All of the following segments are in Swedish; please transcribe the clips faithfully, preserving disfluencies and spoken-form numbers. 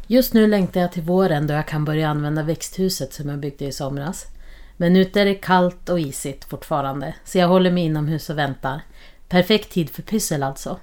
Just nu längtar jag till våren då jag kan börja använda växthuset som jag byggde i somras. Men ute är det kallt och isigt fortfarande, så jag håller mig inomhus och väntar. Perfekt tid för pyssel alltså.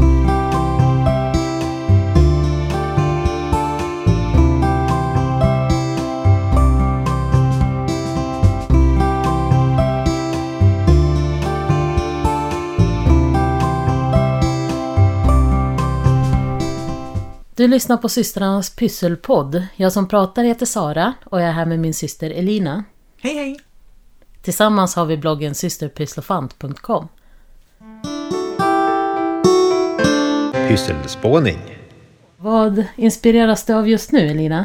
Du lyssnar på systrarnas pysselpodd. Jag som pratar heter Sara och jag är här med min syster Elina. Hej hej! Tillsammans har vi bloggen systerpysslofant punkt com. Pysselspåning. Vad inspireras du av just nu, Elina?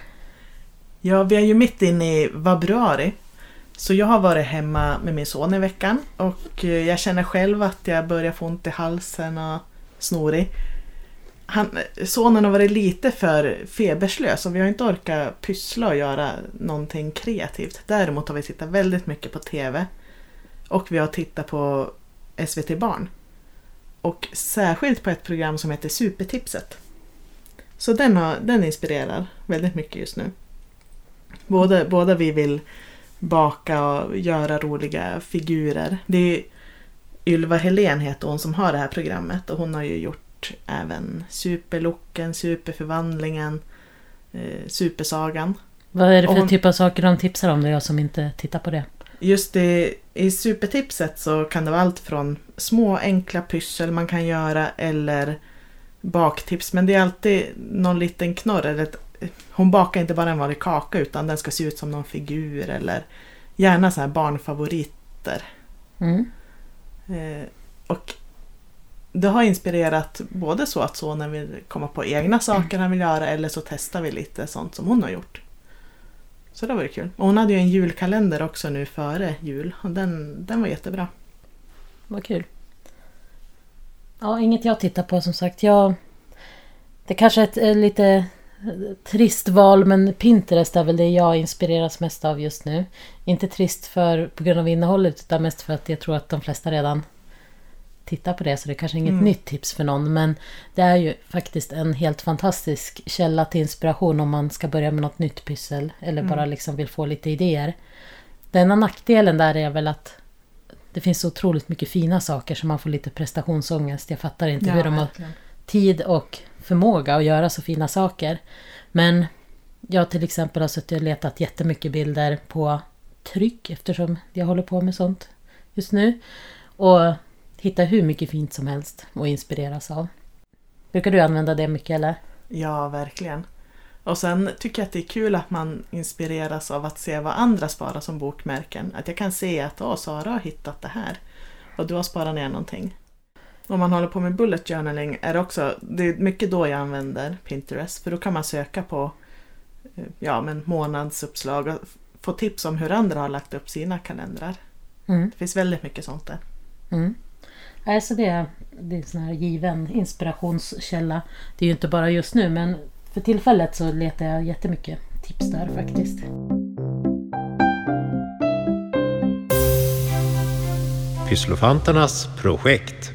Ja, vi är ju mitt inne i februari. Så jag har varit hemma med min son i veckan. Och jag känner själv att jag börjar få ont i halsen och snorig. Han, sonen har varit lite för feberslös och vi har inte orkat pyssla och göra någonting kreativt. Däremot har vi tittat väldigt mycket på tv och vi har tittat på S V T Barn. Och särskilt på ett program som heter Supertipset. Så den, har, den inspirerar väldigt mycket just nu. Både, både vi vill baka och göra roliga figurer. Det är Ylva Helén heter hon som har det här programmet och hon har ju gjort även Superlocken, Superförvandlingen, eh, Supersagan. Vad är det för hon, typ av saker de tipsar om, det jag som inte tittar på det? Just det, i Supertipset så kan det vara allt från små enkla pyssel man kan göra eller baktips, men det är alltid någon liten knorr. Eller ett, hon bakar inte bara en vanlig kaka utan den ska se ut som någon figur eller gärna så här barnfavoriter. Mm. Eh, och det har inspirerat både så att sonen vill komma på egna saker han vill göra eller så testar vi lite sånt som hon har gjort. Så det var ju kul. Och hon hade ju en julkalender också nu före jul och den, den var jättebra. Vad kul. Ja, inget jag tittar på som sagt. Jag, det kanske är ett, ett lite trist val, men Pinterest är väl det jag inspireras mest av just nu. Inte trist för, på grund av innehållet utan mest för att jag tror att de flesta redan titta på det, så det är kanske inget mm. nytt tips för någon, men det är ju faktiskt en helt fantastisk källa till inspiration om man ska börja med något nytt pyssel eller mm. bara liksom vill få lite idéer. Den enda nackdelen där är väl att det finns så otroligt mycket fina saker som man får lite prestationsångest. Jag fattar inte ja, hur de verkligen. har tid och förmåga att göra så fina saker. Men jag till exempel har suttit och letat jättemycket bilder på tryck eftersom jag håller på med sånt just nu. Och hitta hur mycket fint som helst och inspireras av. Brukar du använda det mycket eller? Ja, verkligen. Och sen tycker jag att det är kul att man inspireras av att se vad andra sparar som bokmärken. Att jag kan se att åh, Sara har hittat det här. Och du har sparat ner någonting. Om man håller på med bullet journaling är det också, det är mycket då jag använder Pinterest. För då kan man söka på ja, men månadsuppslag och få tips om hur andra har lagt upp sina kalendrar. Mm. Det finns väldigt mycket sånt där. Mm. Alltså det är, det är en sån här given inspirationskälla. Det är ju inte bara just nu, men för tillfället så letar jag jättemycket tips där faktiskt. Pysslofanternas projekt.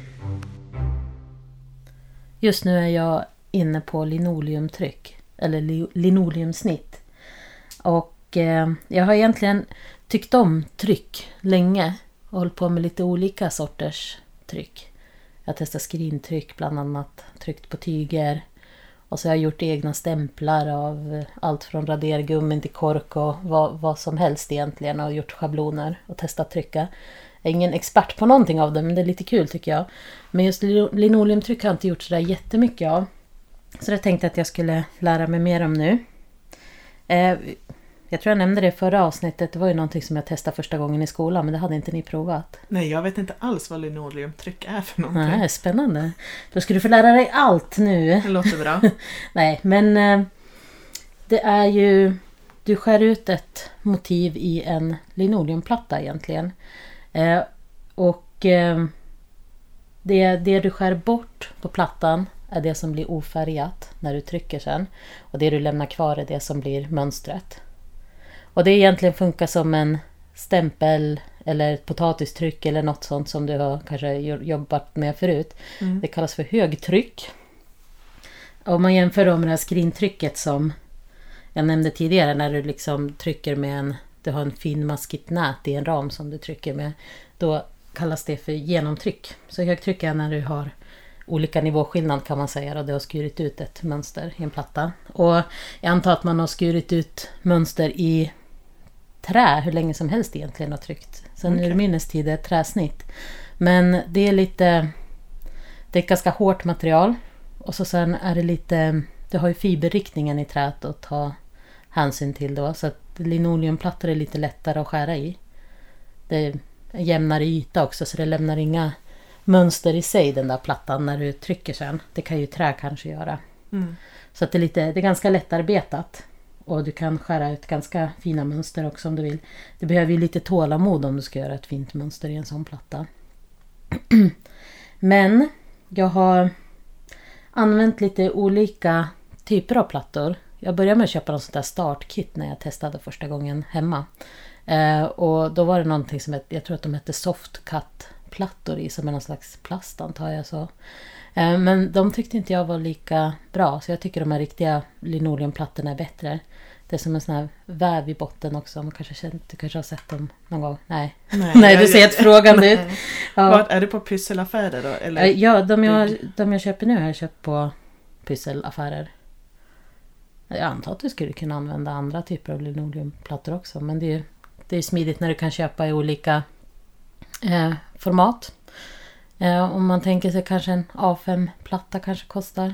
Just nu är jag inne på linoleumtryck eller li- linoleumsnitt. Och eh, jag har egentligen tyckt om tryck länge och hållit på med lite olika sorters tryck. Jag testar skrintryck bland annat, tryckt på tyger. Och så har jag gjort egna stämplar av allt från radergummin till kork och vad, vad som helst egentligen. Och gjort schabloner och testat trycka. Jag är ingen expert på någonting av det, men det är lite kul tycker jag. Men just linoleumtryck har jag inte gjort sådär jättemycket av. Så det tänkte jag att jag skulle lära mig mer om nu. Eh, Jag tror jag nämnde det i förra avsnittet. Det var ju någonting som jag testade första gången i skolan. Men det hade inte ni provat. Nej, jag vet inte alls vad linoleumtryck är för någonting. Nej, spännande. Då ska du få lära dig allt nu. Det låter bra. Nej, men eh, det är ju... Du skär ut ett motiv i en linoleumplatta egentligen. Eh, och eh, det, det du skär bort på plattan är det som blir ofärgat när du trycker sen. Och det du lämnar kvar är det som blir mönstret. Och det egentligen funkar som en stämpel eller ett potatistryck eller något sånt som du har kanske jobbat med förut. Mm. Det kallas för högtryck. Om man jämför då med det här skrintrycket som jag nämnde tidigare, när du liksom trycker med en, du har en finmaskigt nät i en ram som du trycker med, då kallas det för genomtryck. Så högtryck är när du har olika nivåskillnad kan man säga, och det har skurit ut ett mönster i en platta. Och jag antar att man har skurit ut mönster i trä hur länge som helst egentligen har tryckt. Sen okay. urminnes tid är träsnitt. Men det är lite, det är ett ganska hårt material. Och så sen är det lite, det har ju fiberriktningen i träet att ta hänsyn till då. Så att linoleumplattor är lite lättare att skära i. Det är en jämnare yta också, så det lämnar inga mönster i sig, den där plattan, när du trycker sen. Det kan ju trä kanske göra. Mm. Så att det är lite, det är ganska lättarbetat. Och du kan skära ut ganska fina mönster också om du vill. Det behöver ju lite tålamod om du ska göra ett fint mönster i en sån platta. Men jag har använt lite olika typer av plattor. Jag började med att köpa något sånt där startkit när jag testade första gången hemma. Eh, och då var det någonting som, jag tror att de hette soft cut plattor i, som är någon slags plast antar jag så. Eh, men de tyckte inte jag var lika bra, så jag tycker de här riktiga linoleumplattorna är bättre. Det är som en sån här väv i botten också. Man kanske känner, du kanske har sett dem någon gång. Nej, nej, nej du ser ett frågande ut. Ja. Vad, är det på pysselaffärer då? Eller? Ja, de jag, de jag köper nu har jag köpt på pysselaffärer. Jag antar att du skulle kunna använda andra typer av linoleumplattor också. Men det är, det är smidigt när du kan köpa i olika eh, format. Eh, om man tänker sig kanske en A fem-platta kanske kostar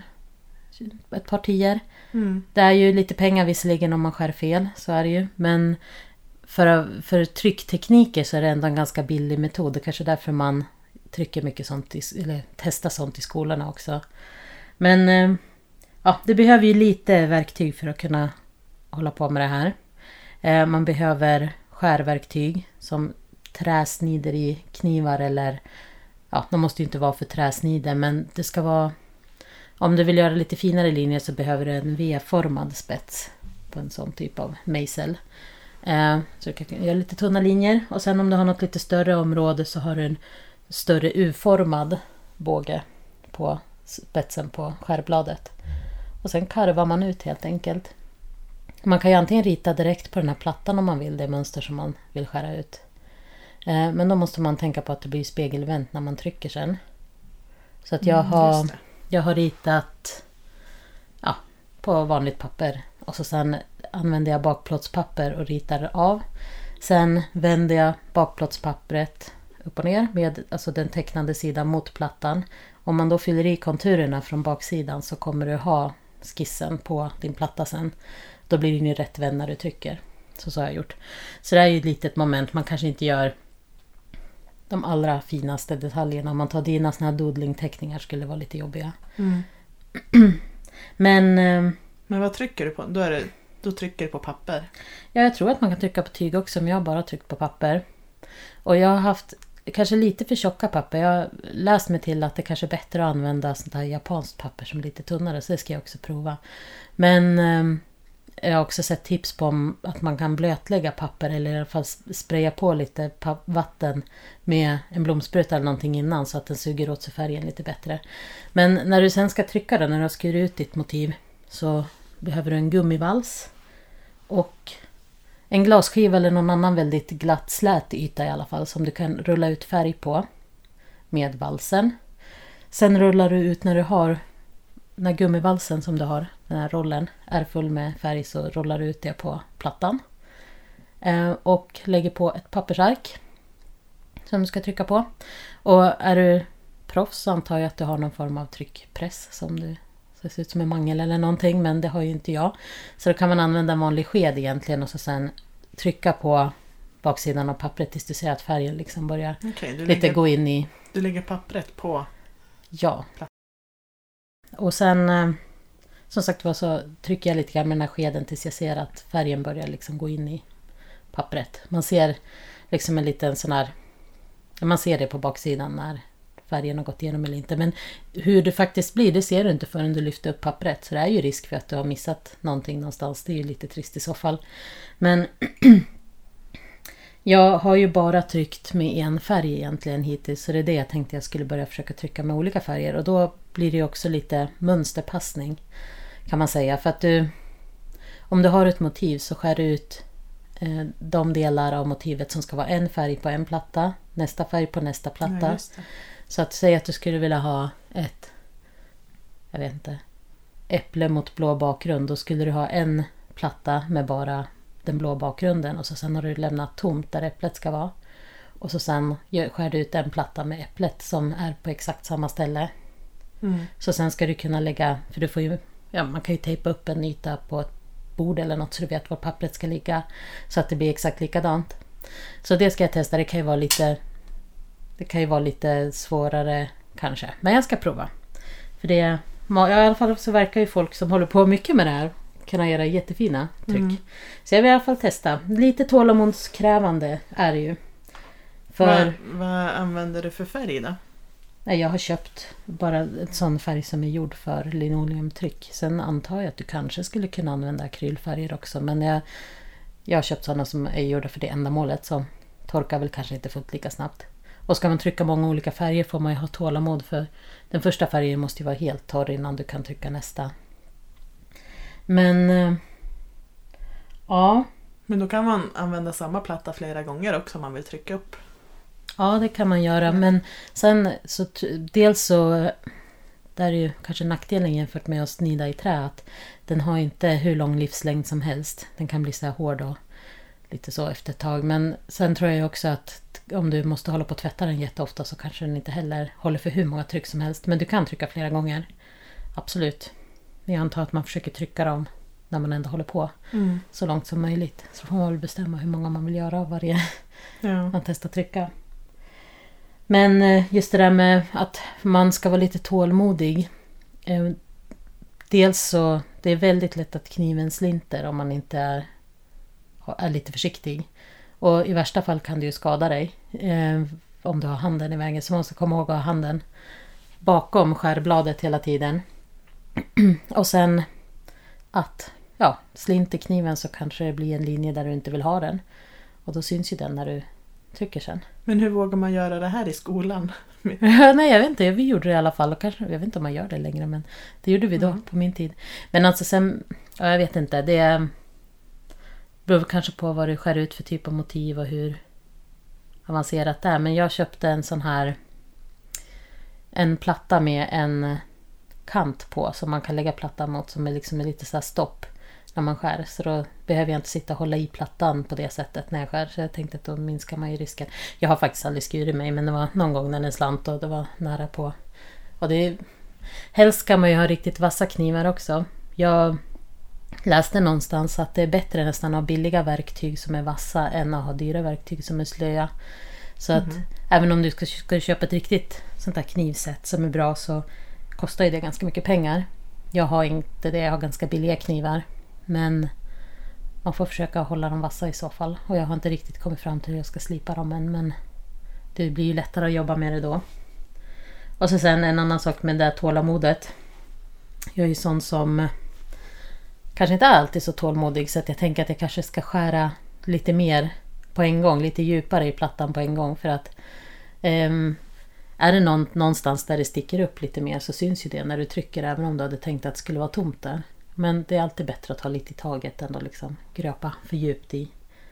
ett par tior. Mm. Det är ju lite pengar visserligen om man skär fel, så är det ju. Men för, för trycktekniker så är det ändå en ganska billig metod. Det är kanske därför man trycker mycket sånt i, eller testar sånt i skolorna också. Men eh, ja, det behöver ju lite verktyg för att kunna hålla på med det här. Eh, man behöver skärverktyg som träsnider i knivar, eller ja, de måste ju inte vara för träsnider, men det ska vara, om du vill göra lite finare linjer så behöver du en V-formad spets på en sån typ av mejsel. Eh, så du kan göra lite tunna linjer, och sen om du har något lite större område så har du en större U-formad båge på spetsen på skärbladet. Och sen karvar man ut helt enkelt. Man kan ju antingen rita direkt på den här plattan om man vill, det mönster som man vill skära ut. Eh, men då måste man tänka på att det blir spegelvänt när man trycker sen. Så att jag har, mm, jag har ritat ja, på vanligt papper. Och så sen använder jag bakplåtspapper och ritar av. Sen vänder jag bakplåtspappret upp och ner med alltså den tecknande sidan mot plattan. Om man då fyller i konturerna från baksidan så kommer du ha skissen på din platta sen. Då blir den ju rätt vänd när du trycker. Så så har jag gjort. Så det är ju ett litet moment. Man kanske inte gör de allra finaste detaljerna. Om man tar dina såna här doodling-teckningar skulle det vara lite jobbiga. Mm. Men... Men vad trycker du på? Då, är det, då trycker du på papper? Ja, jag tror att man kan trycka på tyg också. Men jag har bara tryckt på papper. Och jag har haft kanske lite för tjocka papper. Jag har läst mig till att det kanske är bättre att använda sånt här japanskt papper som är lite tunnare. Så det ska jag också prova. Men eh, jag har också sett tips på att man kan blötlägga papper. Eller i alla fall spraya på lite vatten med en blomspruta eller någonting innan. Så att den suger åt sig färgen lite bättre. Men när du sen ska trycka den, när du har skurit ut ditt motiv, så behöver du en gummivals. Och en glasskiva eller någon annan väldigt glatt slät yta i alla fall, som du kan rulla ut färg på med valsen. Sen rullar du ut när du har, när gummivalsen som du har, den här rollen, är full med färg, så rullar du ut det på plattan. Eh, och lägger på ett pappersark som du ska trycka på. Och är du proffs så antar jag att du har någon form av tryckpress som du, så det ser ut som en mangel eller någonting, men det har ju inte jag. Så då kan man använda en vanlig sked egentligen och så sen trycka på baksidan av pappret tills du ser att färgen liksom börjar okay, lite lägger, gå in i... Du lägger pappret på... Ja. Och sen, som sagt var, så trycker jag lite grann med den här skeden tills jag ser att färgen börjar liksom gå in i pappret. Man ser liksom en liten sån här... Man ser det på baksidan när färgen har gått igenom eller inte. Men hur det faktiskt blir, det ser du inte förrän du lyfter upp pappret. Så det är ju risk för att du har missat någonting någonstans. Det är ju lite trist i så fall. Men Jag har ju bara tryckt med en färg egentligen hittills. Så det är det jag tänkte jag skulle börja försöka trycka med olika färger. Och då blir det ju också lite mönsterpassning kan man säga. För att du, om du har ett motiv så skär du ut eh, de delar av motivet som ska vara en färg på en platta. Nästa färg på nästa platta. Ja, just det. Så att säga att du skulle vilja ha ett, jag vet inte, äpple mot blå bakgrund. Då skulle du ha en platta med bara den blå bakgrunden. Och så sen har du lämnat tomt där äpplet ska vara. Och så sen skär du ut en platta med äpplet som är på exakt samma ställe. Mm. Så sen ska du kunna lägga, för du får ju, ja, man kan ju tejpa upp en yta på ett bord eller något så du vet var pappret ska ligga. Så att det blir exakt likadant. Så det ska jag testa, det kan ju vara lite, det kan ju vara lite svårare kanske. Men jag ska prova. För det, ja, i alla fall så verkar ju folk som håller på mycket med det här kunna göra jättefina tryck. Mm. Så jag vill i alla fall testa. Lite tålamodskrävande är det ju. För, vad, vad använder du för färg då? Nej, jag har köpt bara en sån färg som är gjord för linoleumtryck. Sen antar jag att du kanske skulle kunna använda akrylfärger också. Men jag, jag har köpt sådana som är gjorda för det ändamålet. Som torkar väl kanske inte fullt lika snabbt. Och ska man trycka många olika färger får man ju ha tålamod. För den första färgen måste ju vara helt torr innan du kan trycka nästa. Men äh, ja. Men då kan man använda samma platta flera gånger också om man vill trycka upp. Ja, det kan man göra. Men sen så dels så där är ju kanske nackdelen jämfört med att snida i trä att den har inte hur lång livslängd som helst. Den kan bli så här hård och lite så efter ett tag. Men sen tror jag också att om du måste hålla på att tvätta den jätteofta så kanske den inte heller håller för hur många tryck som helst. Men du kan trycka flera gånger. Absolut. Jag antar att man försöker trycka dem när man ändå håller på mm. så långt som möjligt. Så får man väl bestämma hur många man vill göra av varje ja. man testar trycka. Men just det där med att man ska vara lite tålmodig. Dels så det är väldigt lätt att kniven slinter om man inte är, är lite försiktig. Och i värsta fall kan du ju skada dig om du har handen i vägen. Så man måste komma ihåg att ha handen bakom skärbladet hela tiden. Och sen att ja, slinter kniven så kanske det blir en linje där du inte vill ha den. Och då syns ju den när du trycker sen. Men hur vågar man göra det här i skolan? Nej, jag vet inte. Vi gjorde det i alla fall. Och kanske, jag vet inte om man gör det längre, men det gjorde vi då mm. på min tid. Men alltså sen, ja, jag vet inte. Det beror kanske på vad du skär ut för typ av motiv och hur avancerat det är. Men jag köpte en sån här en platta med en kant på som man kan lägga plattan mot som är liksom lite så här stopp när man skär. Så då behöver jag inte sitta och hålla i plattan på det sättet när jag skär. Så jag tänkte att då minskar man ju risken. Jag har faktiskt aldrig skurit mig, men det var någon gång när den slant och det var nära på. Och det är, helst kan man ju ha riktigt vassa knivar också. Jag läste någonstans att det är bättre nästan att ha billiga verktyg som är vassa än att ha dyra verktyg som är slöa. Så att mm-hmm. även om du ska, ska köpa ett riktigt sånt här knivsätt som är bra så kostar ju det ganska mycket pengar. Jag har inte det, jag har ganska billiga knivar. Men man får försöka hålla dem vassa i så fall. Och jag har inte riktigt kommit fram till hur jag ska slipa dem än. Men det blir ju lättare att jobba med det då. Och så sen en annan sak med det här tålamodet. Jag är ju sån som kanske inte alltid så tålmodig. Så att jag tänker att jag kanske ska skära lite mer på en gång. Lite djupare i plattan på en gång. För att um, är det någon, någonstans där det sticker upp lite mer så syns ju det när du trycker. Även om du hade tänkt att det skulle vara tomt där. Men det är alltid bättre att ta lite i taget än att liksom gröpa för djupt i.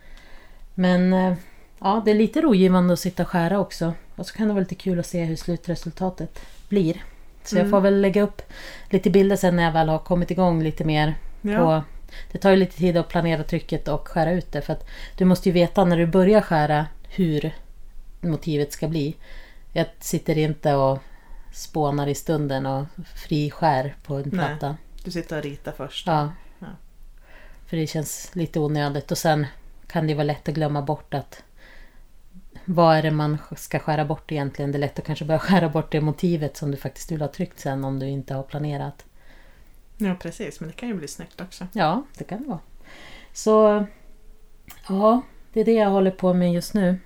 Men ja, det är lite rogivande att sitta och skära också. Och så kan det vara lite kul att se hur slutresultatet blir. Så mm. jag får väl lägga upp lite bilder sen när jag väl har kommit igång lite mer. Ja. På, det tar ju lite tid att planera trycket och skära ut det. För att du måste ju veta när du börjar skära hur motivet ska bli. Jag sitter inte och spånar i stunden och friskär på en platta. Nej. Du sitter och ritar först. Ja. ja. För det känns lite onödigt. Och sen kan det vara lätt att glömma bort att vad är det man ska skära bort egentligen. Det är lätt att kanske börja skära bort det motivet som du faktiskt vill ha tryckt sen om du inte har planerat. Ja, precis. Men det kan ju bli snyggt också. Ja, det kan det vara. Så ja, det är det jag håller på med just nu.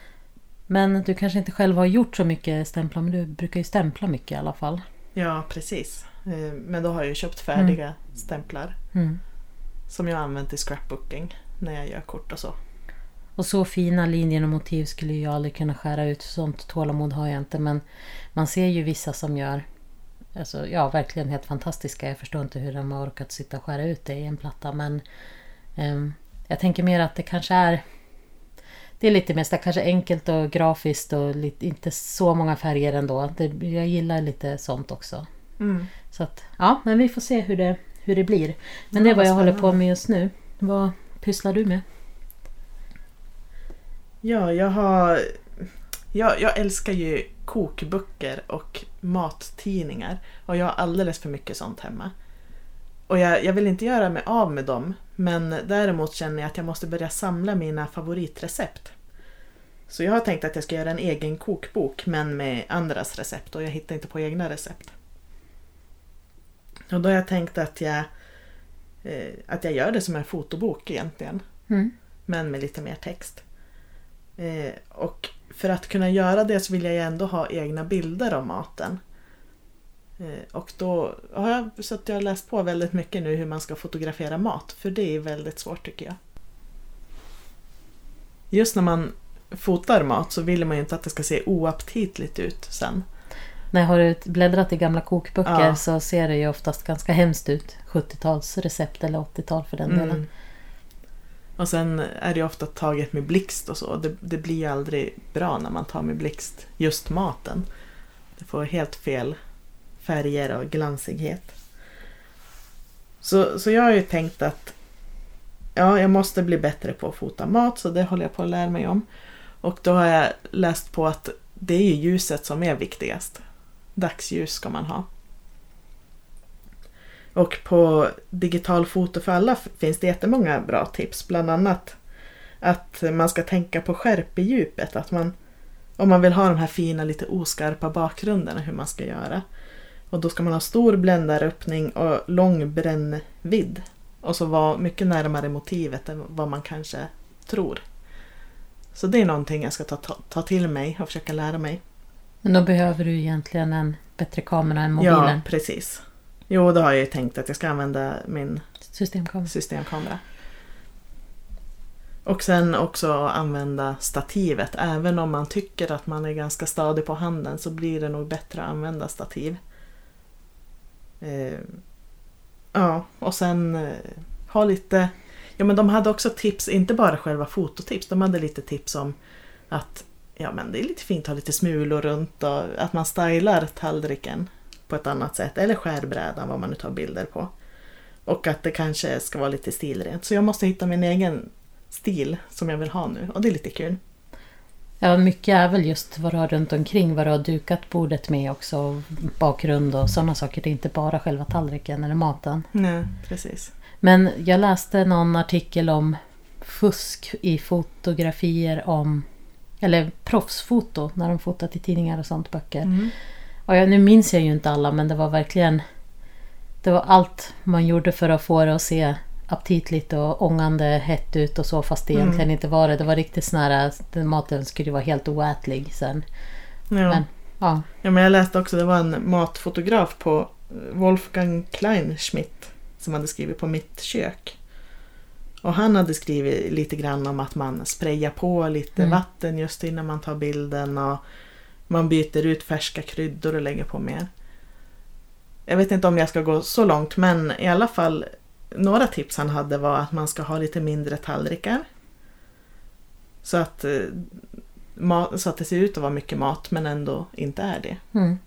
Men du kanske inte själv har gjort så mycket stämplar. Men du brukar ju stämpla mycket i alla fall. Ja, precis. Men då har jag ju köpt färdiga mm. stämplar mm. som jag har använt i scrapbooking när jag gör kort och så. Och så fina linjer och motiv skulle jag aldrig kunna skära ut. Sånt tålamod har jag inte. Men man ser ju vissa som gör alltså, ja, verkligen helt fantastiska. Jag förstår inte hur de har orkat sitta och skära ut det i en platta. Men um, jag tänker mer att det kanske är det är lite mest kanske enkelt och grafiskt och lite, inte så många färger ändå. Det, jag gillar lite sånt också. Mm. Så att, ja, men vi får se hur det, hur det blir. Men det är vad jag håller på med just nu. Vad pysslar du med? Ja, jag har... Jag, jag älskar ju kokböcker och mattidningar. Och jag har alldeles för mycket sånt hemma. Och jag, jag vill inte göra mig av med dem. Men däremot känner jag att jag måste börja samla mina favoritrecept. Så jag har tänkt att jag ska göra en egen kokbok men med andras recept. Och jag hittar inte på egna recept. Och då har jag tänkt att jag, eh, att jag gör det som en fotobok egentligen. Mm. Men med lite mer text. Eh, och för att kunna göra det så vill jag ju ändå ha egna bilder av maten. Eh, och då har jag så att jag har läst på väldigt mycket nu hur man ska fotografera mat. För det är väldigt svårt tycker jag. Just när man fotar mat så vill man ju inte att det ska se oaptitligt ut sen. När jag har bläddrat i gamla kokböcker Ja. så ser det ju oftast ganska hemskt ut. sjuttio-tals recept eller åttio-tal för den delen. Mm. Och sen är det ofta taget med blixt och så. Det, det blir ju aldrig bra när man tar med blixt just maten. Det får helt fel färger och glansighet. Så, så jag har ju tänkt att ja, jag måste bli bättre på att fota mat, så det håller jag på att lära mig om. Och då har jag läst på att det är ju ljuset som är viktigast. Dagsljus ska man ha. Och på digital foto för alla finns det jättemånga bra tips. Bland annat att man ska tänka på skärpedjupet. Att man, om man vill ha de här fina lite oskarpa bakgrunderna hur man ska göra. Och då ska man ha stor bländaröppning och lång brännvidd. Och så vara mycket närmare motivet än vad man kanske tror. Så det är någonting jag ska ta, ta, ta till mig och försöka lära mig. Men då behöver du egentligen en bättre kamera än mobilen. Ja, precis. Jo, då har jag ju tänkt att jag ska använda min Systemkamera. systemkamera. Och sen också använda stativet. Även om man tycker att man är ganska stadig på handen så blir det nog bättre att använda stativ. Eh, ja, och sen eh, ha lite... Ja, men de hade också tips, inte bara själva fototips. De hade lite tips om att ja, men det är lite fint att ha lite smulor runt och att man stylar tallriken på ett annat sätt. Eller skärbrädan, vad man nu tar bilder på. Och att det kanske ska vara lite stilrent. Så jag måste hitta min egen stil som jag vill ha nu. Och det är lite kul. Ja, mycket är väl just vad du har runt omkring. Vad du har dukat bordet med också. Bakgrund och sådana saker. Det är inte bara själva tallriken eller maten. Nej, precis. Men jag läste någon artikel om fusk i fotografier om... Eller proffsfoto när de fotat i tidningar och sånt böcker. Mm. Och jag, nu minns jag ju inte alla, men det var verkligen... Det var allt man gjorde för att få det att se aptitligt och ångande hett ut och så, fast det Mm. egentligen inte var det. Det var riktigt snära, den maten skulle vara helt oätlig sen. Ja. Men, ja. Ja, men jag läste också, det var en matfotograf på Wolfgang Kleinschmidt som hade skrivit På mitt kök. Och han hade skrivit lite grann om att man sprayar på lite Mm. vatten just innan man tar bilden och man byter ut färska kryddor och lägger på mer. Jag vet inte om jag ska gå så långt, men i alla fall några tips han hade var att man ska ha lite mindre tallrikar. Så att, eh, mat, så att det ser ut att vara mycket mat men ändå inte är det. Mm.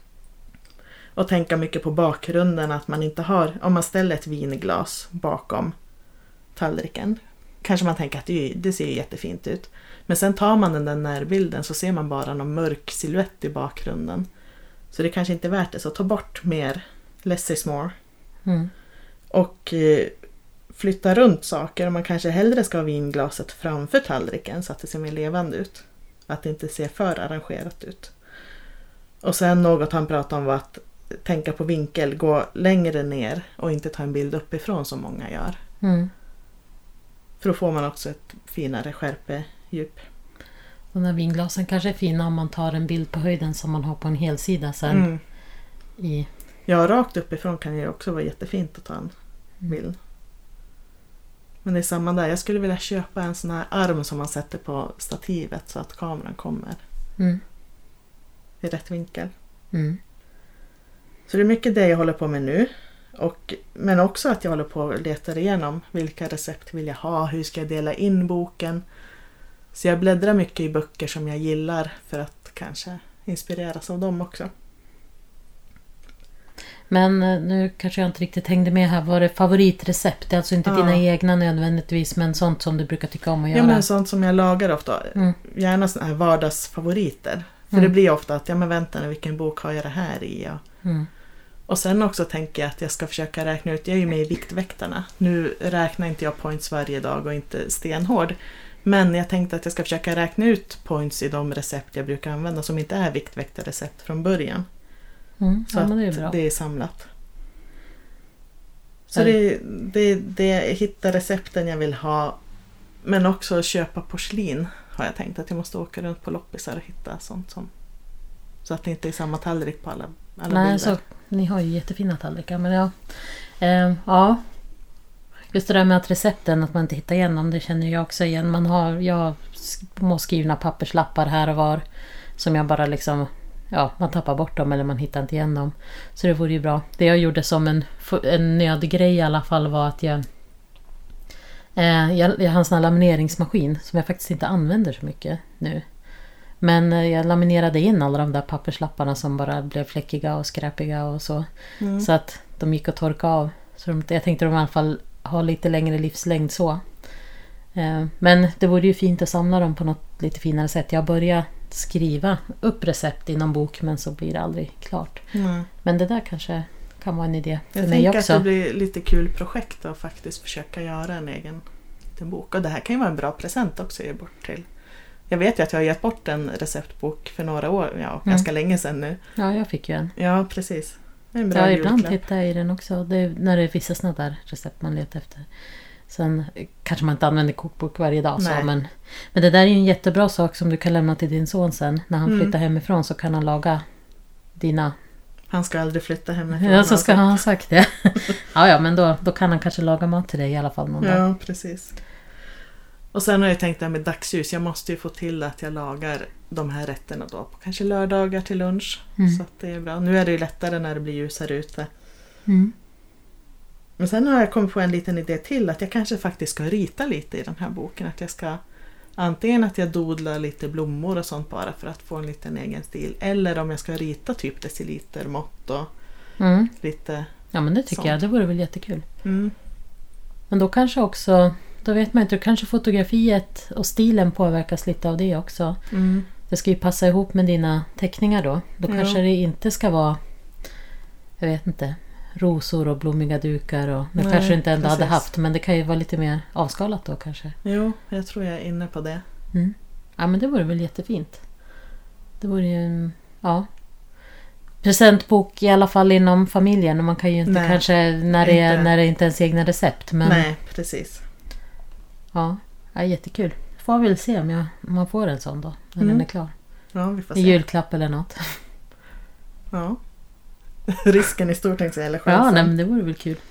Och tänka mycket på bakgrunden, att man inte har, om man ställer ett vinglas bakom tallriken, kanske man tänker att det, det ser jättefint ut. Men sen tar man den där närbilden så ser man bara någon mörk silhuett i bakgrunden. Så det kanske inte är värt det, så ta bort mer, less is more. Mm. Och eh, flytta runt saker, och man kanske hellre ska ha vinglaset framför tallriken så att det ser mer levande ut. Att det inte ser för arrangerat ut. Och sen något han pratade om var att tänka på vinkel, gå längre ner och inte ta en bild uppifrån som många gör. Mm. För då får man också ett finare skärpedjup. De där vinglasen kanske är fina om man tar en bild på höjden som man har på en hel sida sen. Mm. I... Ja, rakt uppifrån kan ju också vara jättefint att ta en bild. Men det är samma där. Jag skulle vilja köpa en sån här arm som man sätter på stativet så att kameran kommer Mm. i rätt vinkel. Mm. Så det är mycket det jag håller på med nu. Och, men också att jag håller på och letar igenom vilka recept vill jag ha, hur ska jag dela in boken. Så jag bläddrar mycket i böcker som jag gillar för att kanske inspireras av dem också. Men eh, nu kanske jag inte riktigt hängde med här. Var det favoritrecept? Det är alltså inte Ja. dina egna nödvändigtvis, men sånt som du brukar tycka om att göra. Ja, men sånt som jag lagar ofta. Mm. Gärna såna här vardagsfavoriter. För Mm. det blir ofta att, ja men vänta nu, vilken bok har jag det här i? Och, Mm. och sen också tänker jag att jag ska försöka räkna ut, jag är ju med i Viktväktarna. Nu räknar inte jag points varje dag och inte stenhård. Men jag tänkte att jag ska försöka räkna ut points i de recept jag brukar använda som inte är Viktväktarrecept från början. Mm. Så Ja, men det är att bra. det är samlat. Så Ja. det, det, det hitta recepten jag vill ha. Men också köpa porslin har jag tänkt. Att jag måste åka runt på loppisar och hitta sånt som... Så att det inte är samma tallrik på alla, alla Nej, bilder. så, ni har ju jättefina tallrikar. Men ja. Eh, ja. Just det där med att recepten, att man inte hittar igenom, det känner jag också igen. Man har, jag har små skrivna papperslappar här och var. Som jag bara liksom... Ja, man tappar bort dem eller man hittar inte igen dem. Så det vore ju bra. Det jag gjorde som en, en nödgrej i alla fall var att jag... Eh, jag, jag har en sån här lamineringsmaskin som jag faktiskt inte använder så mycket nu. Men eh, jag laminerade in alla de där papperslapparna som bara blev fläckiga och skräpiga och så. Mm. Så att de gick att torka av. Så de, jag tänkte de i alla fall ha lite längre livslängd så. Eh, men det vore ju fint att samla dem på något lite finare sätt. Jag börjar skriva upp recept i någon bok men så blir det aldrig klart. Mm. Men det där kanske kan vara en idé för Jag mig tänker också. att det blir lite kul projekt att faktiskt försöka göra en egen liten bok. Och det här kan ju vara en bra present också att ge bort till. Jag vet ju att jag har gett bort en receptbok för några år, ja, Mm. ganska länge sedan nu. Ja, jag fick ju en. Ja, precis. Det är en bra Ja, ibland julklapp. tittar jag i den också. Det är, när det är vissa sådana där recept man letar efter. Sen eh, kanske man inte använder kokbok varje dag. Så, Nej. men, men det där är ju en jättebra sak som du kan lämna till din son sen. När han Mm. flyttar hemifrån så kan han laga dina... Han ska aldrig flytta hemifrån. Ja, så ska alltså. han ha sagt det. ja, ja, men då, då kan han kanske laga mat till dig i alla fall någon dag. Ja, precis. Och sen har jag tänkt det här med dagsljus. Jag måste ju få till att jag lagar de här rätterna då. På kanske lördagar till lunch. Mm. Så att det är bra. Nu är det ju lättare när det blir ljusare ute. Mm. Men sen har jag kommit på en liten idé till. Att jag kanske faktiskt ska rita lite i den här boken. Att jag ska... Antingen att jag dodlar lite blommor och sånt bara för att få en liten egen stil. Eller om jag ska rita typ deciliter, mått och Mm. lite... Ja, men det tycker Sånt. jag. Det vore väl jättekul. Mm. Men då kanske också... Då vet man inte, kanske fotografiet och stilen påverkas lite av det också. Mm. Det ska ju passa ihop med dina teckningar då. Då Ja. kanske det inte ska vara, jag vet inte, rosor och blommiga dukar. Och, det Nej, kanske du inte ändå hade precis. haft, men det kan ju vara lite mer avskalat då kanske. Jo, jag tror jag är inne på det. Mm. Ja, men det vore väl jättefint. Det vore ju en, ja... Presentbok i alla fall inom familjen. Och man kan ju inte Nej, kanske när det, är, inte. när det inte ens är egna recept. Men Nej, precis. ja, ja, jättekul. Får väl se om, jag, om man får en sån då. När Mm. den är klar. Ja, vi får En se. julklapp eller något. Ja. Risken är stor tänkte jag, eller chansen. Ja, nej, men det vore väl kul.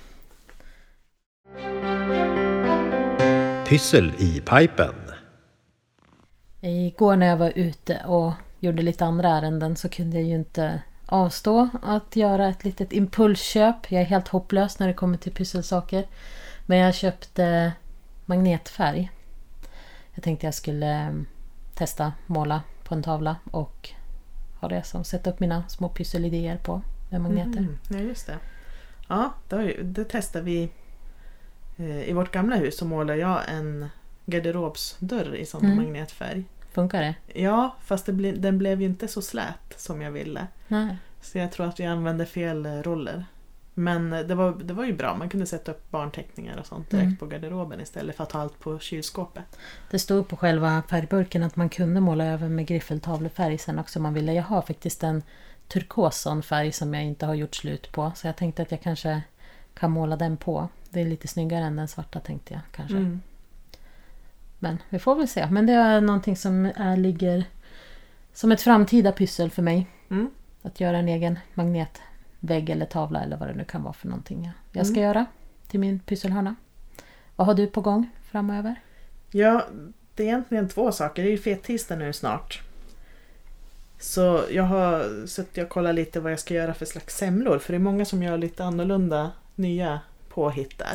Pyssel i pipen. Igår när jag var ute och gjorde lite andra ärenden så kunde jag ju inte avstå att göra ett litet impulsköp. Jag är helt hopplös när det kommer till pysselsaker. Men jag köpte magnetfärg. Jag tänkte jag skulle testa måla på en tavla och ha det som sätta upp mina små pysselidéer på med magneter. Mm, ja, just det. Ja, det, har ju, det testade vi eh, i vårt gamla hus. Så målade jag en garderobsdörr i sån Mm. magnetfärg. Funkar det? Ja, fast det ble, den blev ju inte så slät som jag ville. Nej. Så jag tror att vi använde fel eh, roller. Men eh, det var, det var ju bra. Man kunde sätta upp barnteckningar och sånt direkt Mm. på garderoben istället för att ha allt på kylskåpet. Det stod på själva färgburken att man kunde måla över med griffeltavlefärg sen också om man ville. Jag har faktiskt en turkoson färg som jag inte har gjort slut på. Så jag tänkte att jag kanske kan måla den på. Det är lite snyggare än den svarta tänkte jag kanske. Mm. Men vi får väl se. Men det är någonting som är, ligger som ett framtida pyssel för mig. Mm. Att göra en egen magnetvägg eller tavla eller vad det nu kan vara för någonting jag- jag ska Mm. göra till min pysselhörna. Vad har du på gång framöver? Ja, det är egentligen två saker. Det är ju fettisdag nu snart. Så jag har suttit och kollat lite vad jag ska göra för slags semlor. För det är många som gör lite annorlunda nya påhitt där.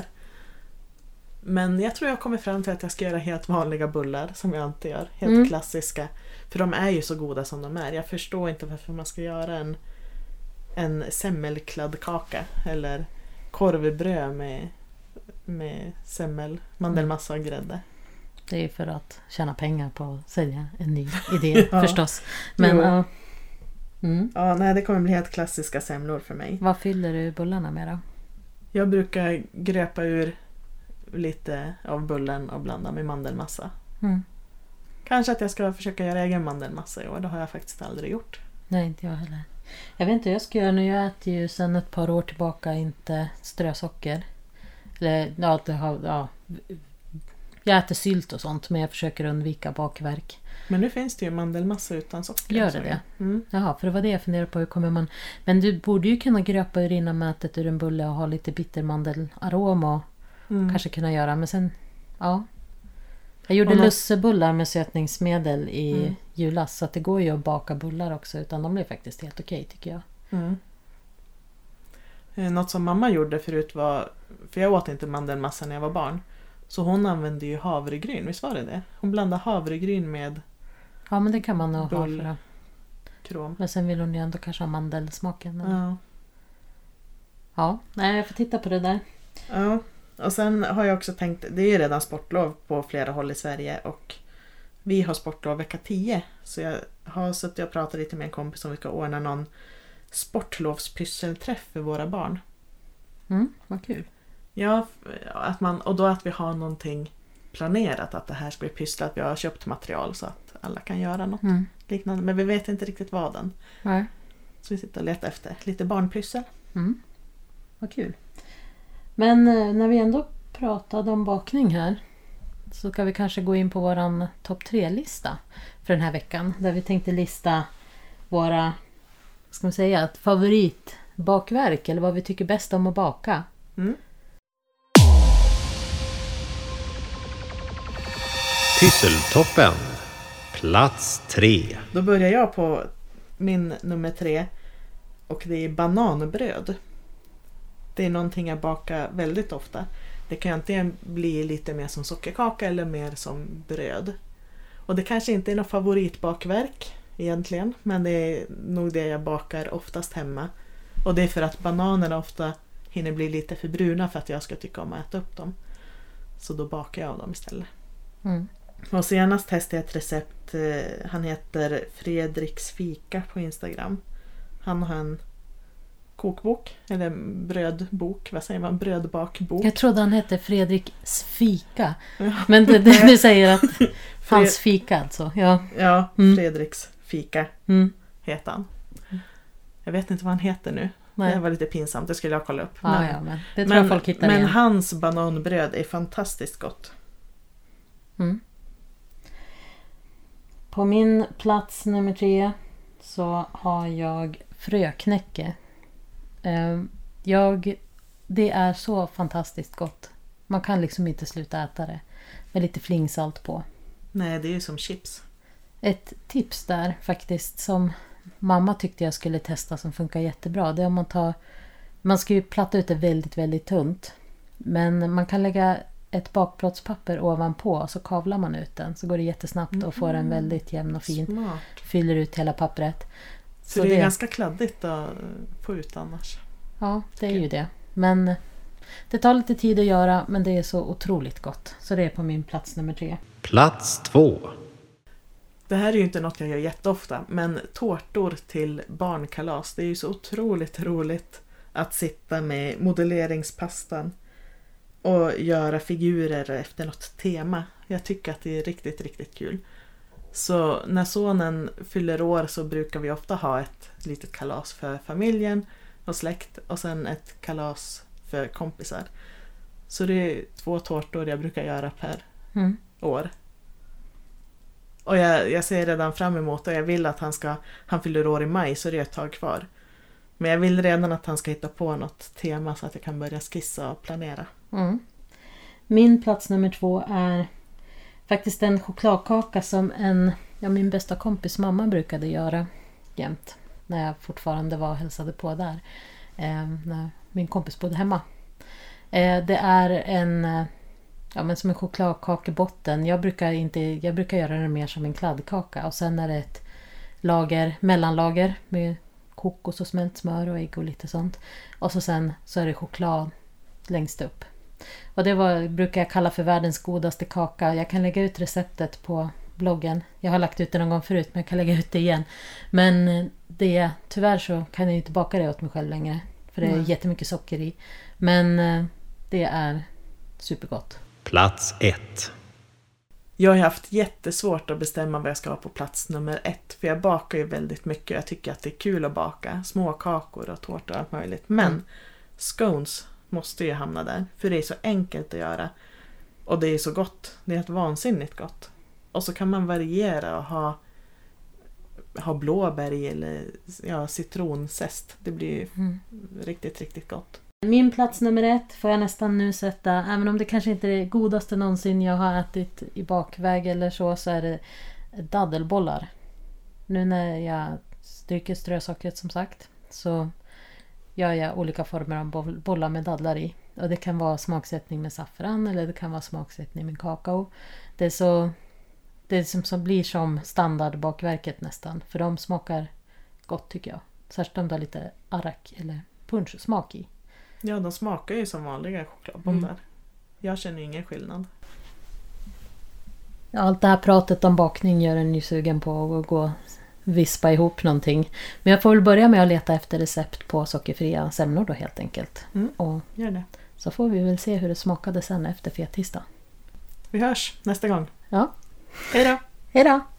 Men jag tror jag kommer fram till att jag ska göra helt vanliga bullar som jag alltid gör. Helt mm. klassiska. För de är ju så goda som de är. Jag förstår inte varför man ska göra en, en semmelkladdkaka. Eller korvbröd med, med semmel, mandelmassa och grädde. Det är för att tjäna pengar på att sälja en ny idé ja. förstås. Men, uh, mm. ja, nej, det kommer bli helt klassiska semlor för mig. Vad fyller du bullarna med då? Jag brukar gröpa ur lite av bullen och blanda med mandelmassa. Mm. Kanske att jag ska försöka göra egen mandelmassa i år. Det har jag faktiskt aldrig gjort. Nej, inte jag heller. Jag vet inte hur jag ska göra nu. Jag äter ju sedan ett par år tillbaka inte strösocker. Eller, ja, det har, ja, jag äter sylt och sånt, men jag försöker undvika bakverk. Men nu finns det ju mandelmassa utan socker. Gör det det? Mm. Jaha, för det var det jag funderade på. Hur kommer man... Men du borde ju kunna gröpa ur innan mätet ur en bulle och ha lite bittermandelarom och mm. kanske kunna göra. Men sen, ja. Jag gjorde något... lussebullar med sötningsmedel i mm. julas, så att det går ju att baka bullar också, utan de blir faktiskt helt okej tycker jag. Mm. Något som mamma gjorde förut var, för jag åt inte mandelmassa när jag var barn, så hon använde ju havregryn, visst var det det? Hon blandade havregryn med ja, men det kan man nog bull, ha för krom. Men sen vill hon ju ändå kanske ha mandelsmaken. Men... Ja. Ja, nej, jag får titta på det där. Ja, och sen har jag också tänkt, det är ju redan sportlov på flera håll i Sverige och vi har sportlov vecka tio, så jag har suttit och pratat lite med en kompis om vi ska ordna någon sportlovspysselträff för våra barn. Mm, vad kul. Ja, att man, och då att vi har någonting planerat, att det här ska bli pysslat, att vi har köpt material så att alla kan göra något mm. liknande, men vi vet inte riktigt vad den. Nej. Så vi sitter och letar efter lite barnpyssel. Mm. Vad kul. Men när vi ändå pratade om bakning här, så kan vi kanske gå in på våran topp tre-lista för den här veckan, där vi tänkte lista våra, ska man säga, favoritbakverk eller vad vi tycker bäst om att baka. Mm. Pysseltoppen, plats tre. Då börjar jag på min nummer tre, och det är bananbröd. Det är någonting jag bakar väldigt ofta. Det kan antingen bli lite mer som sockerkaka eller mer som bröd. Och det kanske inte är något favoritbakverk egentligen, men det är nog det jag bakar oftast hemma. Och det är för att bananerna ofta hinner bli lite för bruna för att jag ska tycka om att äta upp dem. Så då bakar jag av dem istället. Mm. Och senast testade jag ett recept. Han heter Fredriks fika på Instagram. Han har en kokbok, eller brödbok, vad säger man, brödbakbok. Jag trodde han hette Fredriks fika. Ja. Men det, det, det säger att hans fika alltså. Ja, ja mm. Fredriks fika mm. heter han. Jag vet inte vad han heter nu. Nej. Det var lite pinsamt, det skulle jag kolla upp. Ja, men, ja, men det tror men, jag folk hittar men igen. hans bananbröd är fantastiskt gott. Mm. På min plats nummer tre så har jag fröknäcke. Jag, det är så fantastiskt gott. Man kan liksom inte sluta äta det. Med lite flingsalt på. Nej, det är ju som chips. Ett tips där faktiskt som mamma tyckte jag skulle testa som funkar jättebra. Det är om man tar, man ska ju platta ut det väldigt väldigt tunt. Men man kan lägga ett bakplåtspapper ovanpå, så kavlar man ut den. Så går det jättesnabbt och får den väldigt jämn och fin. Smart. Fyller ut hela pappret. Så, så det är det... ganska kladdigt att få ut annars. Ja, det är ju det. Men det tar lite tid att göra, men det är så otroligt gott. Så det är på min plats nummer tre. Plats två. Det här är ju inte något jag gör jätteofta, men tårtor till barnkalas. Det är ju så otroligt roligt att sitta med modelleringspastan och göra figurer efter något tema. Jag tycker att det är riktigt, riktigt kul. Så när sonen fyller år så brukar vi ofta ha ett litet kalas för familjen och släkt och sen ett kalas för kompisar. Så det är två tårtor jag brukar göra per mm. år. Och jag, jag ser redan fram emot och jag vill att han ska, han fyller år i maj så det är ett tag kvar. Men jag vill redan att han ska hitta på något tema så att jag kan börja skissa och planera. Mm. Min plats nummer två är faktiskt en chokladkaka som en, ja, min bästa kompis mamma brukade göra jämt. När jag fortfarande var och hälsade på där. Eh, när min kompis bodde hemma. Eh, det är en, eh, ja, men som en chokladkakebotten. Jag brukar, inte, jag brukar göra det mer som en kladdkaka. Och sen är det ett lager, mellanlager med kokos och smält smör och ägg och lite sånt. Och så sen så är det choklad längst upp. Och det var, brukar jag kalla för världens godaste kaka. Jag kan lägga ut receptet på bloggen. Jag har lagt ut det någon gång förut, men jag kan lägga ut det igen. Men det, tyvärr så kan jag inte baka det åt mig själv längre. För det är mm. jättemycket socker i. Men det är supergott. Plats ett. Jag har haft jättesvårt att bestämma vad jag ska ha på plats nummer ett. För jag bakar ju väldigt mycket. Jag tycker att det är kul att baka. Små kakor och tårtor och allt möjligt. Men mm. scones måste ju hamna där. För det är så enkelt att göra. Och det är så gott. Det är ett vansinnigt gott. Och så kan man variera och ha, ha blåbär eller ja, citronzest. Det blir mm. riktigt, riktigt gott. Min plats nummer ett får jag nästan nu sätta, även om det kanske inte är det godaste någonsin jag har ätit i bakväg eller så, så är det daddelbollar. Nu när jag stryker strösockret som sagt, så gör jag olika former av bollar med dadlar i. Och det kan vara smaksättning med saffran eller det kan vara smaksättning med kakao. Det är så, det är som, som blir som standardbakverket nästan, för de smakar gott tycker jag. Särskilt om det har lite arak eller punschsmak i. Ja, de smakar ju som vanliga chokladbollar. Mm. Jag känner ingen skillnad. Ja, allt det här pratet om bakning gör en ju sugen på att gå och vispa ihop någonting. Men jag får väl börja med att leta efter recept på sockerfria semlor då helt enkelt. Mm. Och gör det. Så får vi väl se hur det smakade sen efter fettisdag. Vi hörs nästa gång. Ja. Hej då! Hej då!